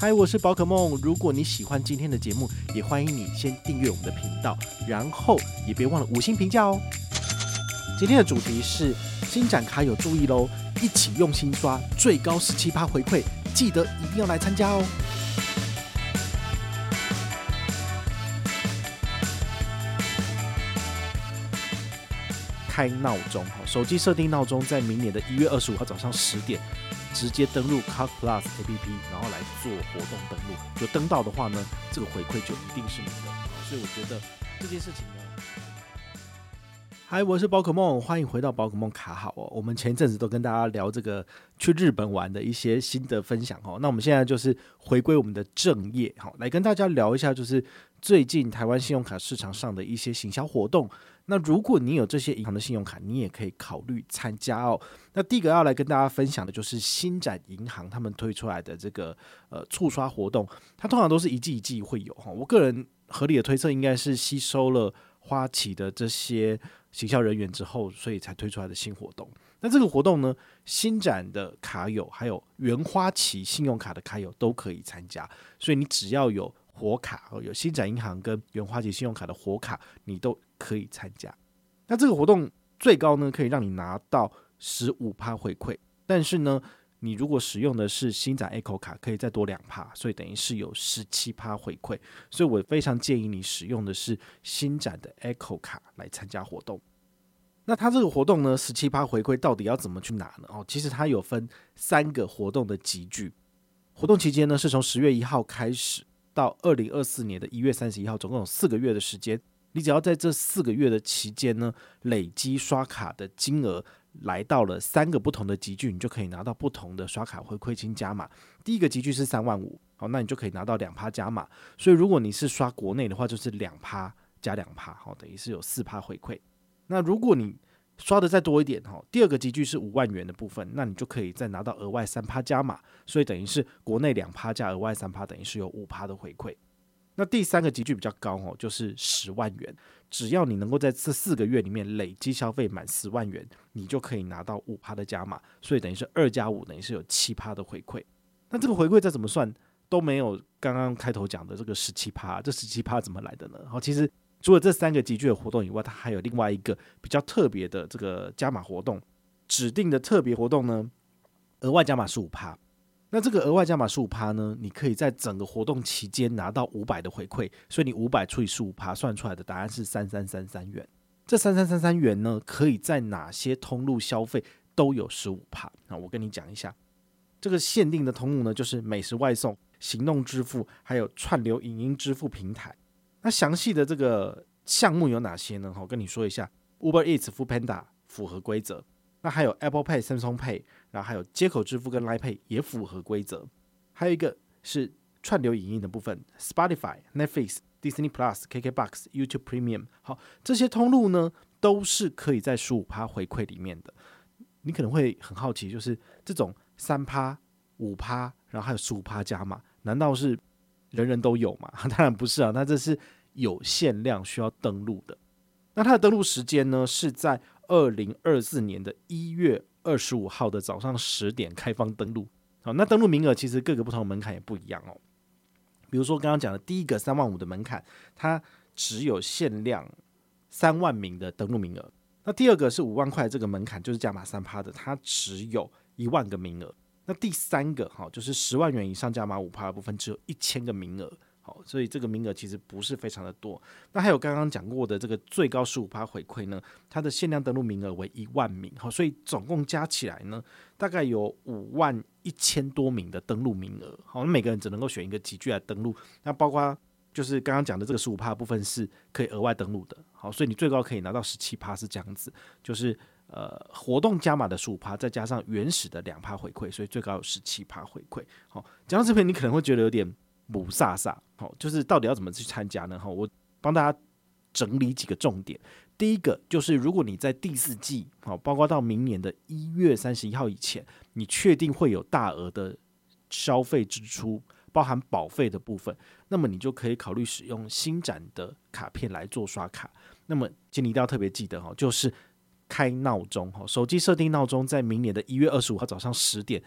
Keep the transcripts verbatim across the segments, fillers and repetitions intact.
嗨，我是宝可梦。如果你喜欢今天的节目，也欢迎你先订阅我们的频道，然后也别忘了五星评价哦。今天的主题是新展卡友注意喽，一起用心刷，最高 百分之十七 回馈，记得一定要来参加哦。开闹钟，手机设定闹钟，在明年的一月二十五号早上十点，直接登录 Card Plus A P P， 然后来做活动登录。有登到的话呢，这个回馈就一定是你的。所以我觉得这件事情呢，嗨，我是宝可梦，欢迎回到宝可梦卡好哦。我们前一阵子都跟大家聊这个去日本玩的一些心得分享哦。那我们现在就是回归我们的正业，好，来跟大家聊一下，就是最近台湾信用卡市场上的一些行销活动。那如果你有这些银行的信用卡，你也可以考虑参加哦。那第一个要来跟大家分享的就是新展银行他们推出来的这个呃促刷活动，它通常都是一季一季会有。我个人合理的推测应该是吸收了花旗的这些行销人员之后，所以才推出来的新活动。那这个活动呢，新展的卡友还有原花旗信用卡的卡友都可以参加，所以你只要有活卡，有新展银行跟原花旗信用卡的活卡，你都可以参加。那这个活动最高呢，可以让你拿到 百分之十五 回馈，但是呢，你如果使用的是新展 Echo 卡，可以再多 百分之二，所以等于是有 百分之十七 回馈。所以我非常建议你使用的是新展的 Echo 卡来参加活动。那它这个活动呢 ，百分之十七 回馈到底要怎么去拿呢？哦，其实它有分三个活动的集聚。活动期间呢，是从十月一号开始到二零二四年的一月三十一号，总共有四个月的时间。你只要在这四个月的期间呢，累积刷卡的金额来到了三个不同的集聚，你就可以拿到不同的刷卡回馈金加码。第一个集聚是三万五，好，那你就可以拿到 百分之二 加码。所以如果你是刷国内的话，就是 百分之二 加 百分之二， 好，等于是有 百分之四 回馈。那如果你刷的再多一点，第二个集聚是五万元的部分，那你就可以再拿到额外 百分之三 加码，所以等于是国内 百分之二 加额外 百分之三， 等于是有 百分之五 的回馈。那第三个集聚比较高，就是十万元，只要你能够在这四个月里面累积消费满十万元，你就可以拿到 百分之五 的加码，所以等于是二加五，等于是有 百分之七 的回馈。那这个回馈再怎么算都没有刚刚开头讲的这个 百分之十七， 这 百分之十七 怎么来的呢？其实除了这三个集聚的活动以外，它还有另外一个比较特别的这个加码活动，指定的特别活动呢，额外加码 百分之十五。那这个额外加码 百分之十五 呢，你可以在整个活动期间拿到五百的回馈，所以你五百除以 百分之十五， 算出来的答案是三千三百三十三元。这三千三百三十三元呢，可以在哪些通路消费都有 百分之十五。 那我跟你讲一下，这个限定的通路呢，就是美食外送、行动支付，还有串流影音支付平台。那详细的这个项目有哪些呢？我跟你说一下 ，Uber Eats、Foodpanda 符合规则。那还有 Apple Pay、Samsung Pay， 然后还有接口支付跟 Line Pay 也符合规则。还有一个是串流影音的部分 ，Spotify、Netflix、Disney Plus、K K Box、YouTube Premium， 好，这些通路呢都是可以在 百分之十五 回馈里面的。你可能会很好奇，就是这种 百分之三、百分之五， 然后还有 百分之十五 加码，难道是人人都有吗？当然不是啊，那这是有限量需要登录的。那它的登录时间呢，是在二零二四年的一月二十五号的早上十点开放登录。好，那登录名额其实各个不同的门槛也不一样哦。比如说刚刚讲的第一个三万五的门槛，它只有限量三万名的登录名额。那第二个是五万块这个门槛，就是加码 百分之三 的，它只有一万个名额。那第三个就是十万元以上加码 百分之五 的部分，只有一千个名额。好，所以这个名额其实不是非常的多。那还有刚刚讲过的这个最高 百分之十五 回馈呢，它的限量登录名额为一万名，好，所以总共加起来呢，大概有五万一千多名的登录名额。好，那每个人只能够选一个集聚来登录。那包括就是刚刚讲的这个 百分之十五 的部分是可以额外登录的。好，所以你最高可以拿到 百分之十七， 是这样子，就是呃活动加码的 百分之十五， 再加上原始的 百分之二 回馈，所以最高有 百分之十七 回馈。好，讲到这边你可能会觉得有点母萨萨，就是到底要怎么去参加呢？我帮大家整理几个重点。第一个就是如果你在第四季，包括到明年的一月三十一号以前，你确定会有大额的消费支出，包含保费的部分，那么你就可以考虑使用新展的卡片来做刷卡。那么请你一定要特别记得，就是开闹钟，手机设定闹钟，在明年的一月二十五号早上十点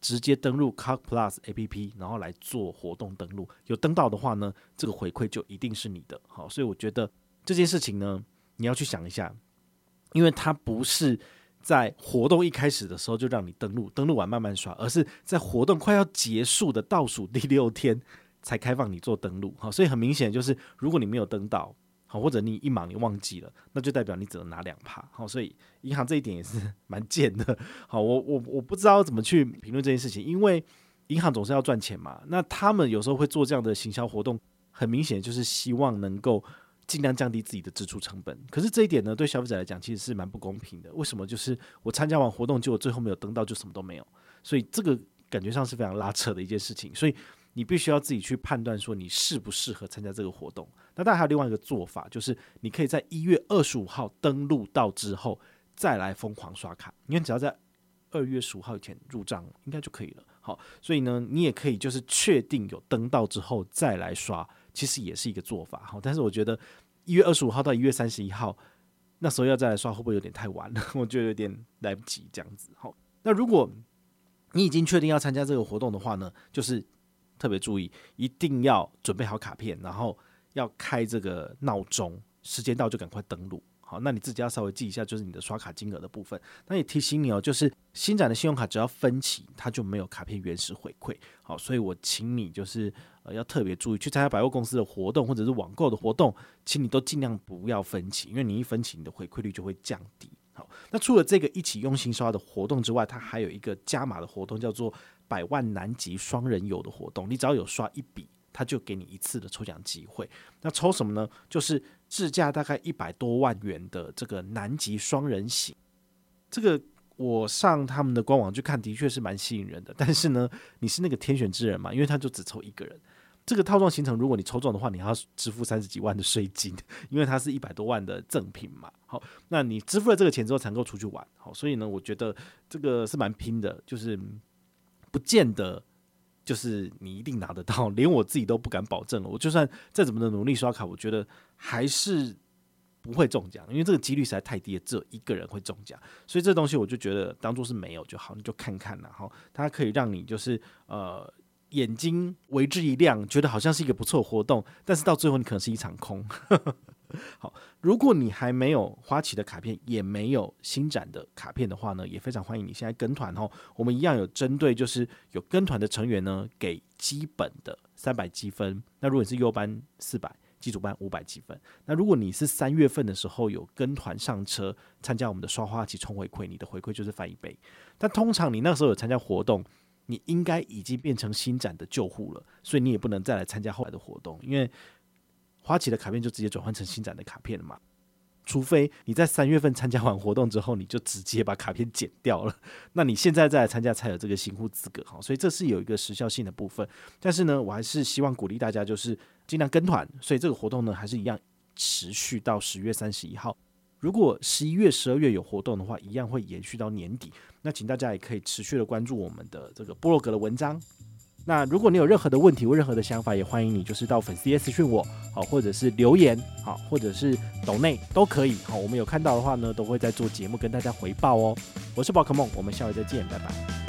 直接登录 C O G Plus A P P， 然后来做活动登录。有登到的话呢，这个回馈就一定是你的。好，所以我觉得这件事情呢，你要去想一下，因为它不是在活动一开始的时候就让你登录，登录完慢慢刷，而是在活动快要结束的倒数第六天才开放你做登录。好，所以很明显就是，如果你没有登到，好，或者你一忙你忘记了，那就代表你只能拿两趴。好，所以银行这一点也是蛮贱的。好，我我我不知道怎么去评论这件事情，因为银行总是要赚钱嘛。那他们有时候会做这样的行销活动，很明显就是希望能够尽量降低自己的支出成本。可是这一点呢，对消费者来讲其实是蛮不公平的。为什么？就是我参加完活动，结果最后没有登到，就什么都没有。所以这个感觉上是非常拉扯的一件事情。所以你必须要自己去判断说你适不适合参加这个活动。那当然还有另外一个做法，就是你可以在一月二十五号登录到之后再来疯狂刷卡，因为只要在二月十五号以前入账应该就可以了。好，所以呢你也可以就是确定有登到之后再来刷，其实也是一个做法。好，但是我觉得一月二十五号到一月三十一号那时候要再来刷会不会有点太晚了？我觉得有点来不及这样子。好，那如果你已经确定要参加这个活动的话呢，就是特别注意，一定要准备好卡片，然后要开这个闹钟，时间到就赶快登录。好，那你自己要稍微记一下，就是你的刷卡金额的部分。那也提醒你哦，就是新展的信用卡只要分期，它就没有卡片原始回馈。好，所以我请你就是呃要特别注意，去参加百货公司的活动或者是网购的活动，请你都尽量不要分期，因为你一分期，你的回馈率就会降低。好，那除了这个一起用心刷的活动之外，它还有一个加码的活动，叫做百万南极双人游的活动。你只要有刷一笔，它就给你一次的抽奖机会。那抽什么呢？就是市价大概一百多万元的这个南极双人行。这个我上他们的官网去看，的确是蛮吸引人的。但是呢，你是那个天选之人嘛，因为他就只抽一个人。这个套装行程，如果你抽中的话，你还要支付三十几万的税金，因为它是一百多万的赠品嘛。好，那你支付了这个钱之后才能够出去玩。好，所以呢，我觉得这个是蛮拼的，就是不见得就是你一定拿得到，连我自己都不敢保证了。我就算再怎么的努力刷卡，我觉得还是不会中奖，因为这个几率实在太低了，只有一个人会中奖。所以这东西我就觉得当作是没有就好，你就看看啦。哈，它可以让你就是呃。眼睛为之一亮，觉得好像是一个不错的活动，但是到最后你可能是一场空。好，如果你还没有花旗的卡片，也没有新展的卡片的话呢，也非常欢迎你现在跟团哦。我们一样有针对就是有跟团的成员呢，给基本的三百积分。那如果你是优班四百，基础班五百积分。那如果你是三月份的时候有跟团上车参加我们的刷花旗冲回馈，你的回馈就是翻一倍。但通常你那时候有参加活动，你应该已经变成新展的旧户了，所以你也不能再来参加后来的活动，因为花旗的卡片就直接转换成新展的卡片了嘛。除非你在三月份参加完活动之后，你就直接把卡片剪掉了，那你现在再来参加才有这个新户资格。所以这是有一个时效性的部分。但是呢，我还是希望鼓励大家就是尽量跟团，所以这个活动呢还是一样持续到十月三十一号。如果十一月、十二月有活动的话，一样会延续到年底。那请大家也可以持续的关注我们的这个部落格的文章。那如果你有任何的问题或任何的想法，也欢迎你就是到粉丝页私讯我，好，或者是留言，好，或者是抖内都可以。好，我们有看到的话呢，都会在做节目跟大家回报哦。我是宝可梦，我们下回再见，拜拜。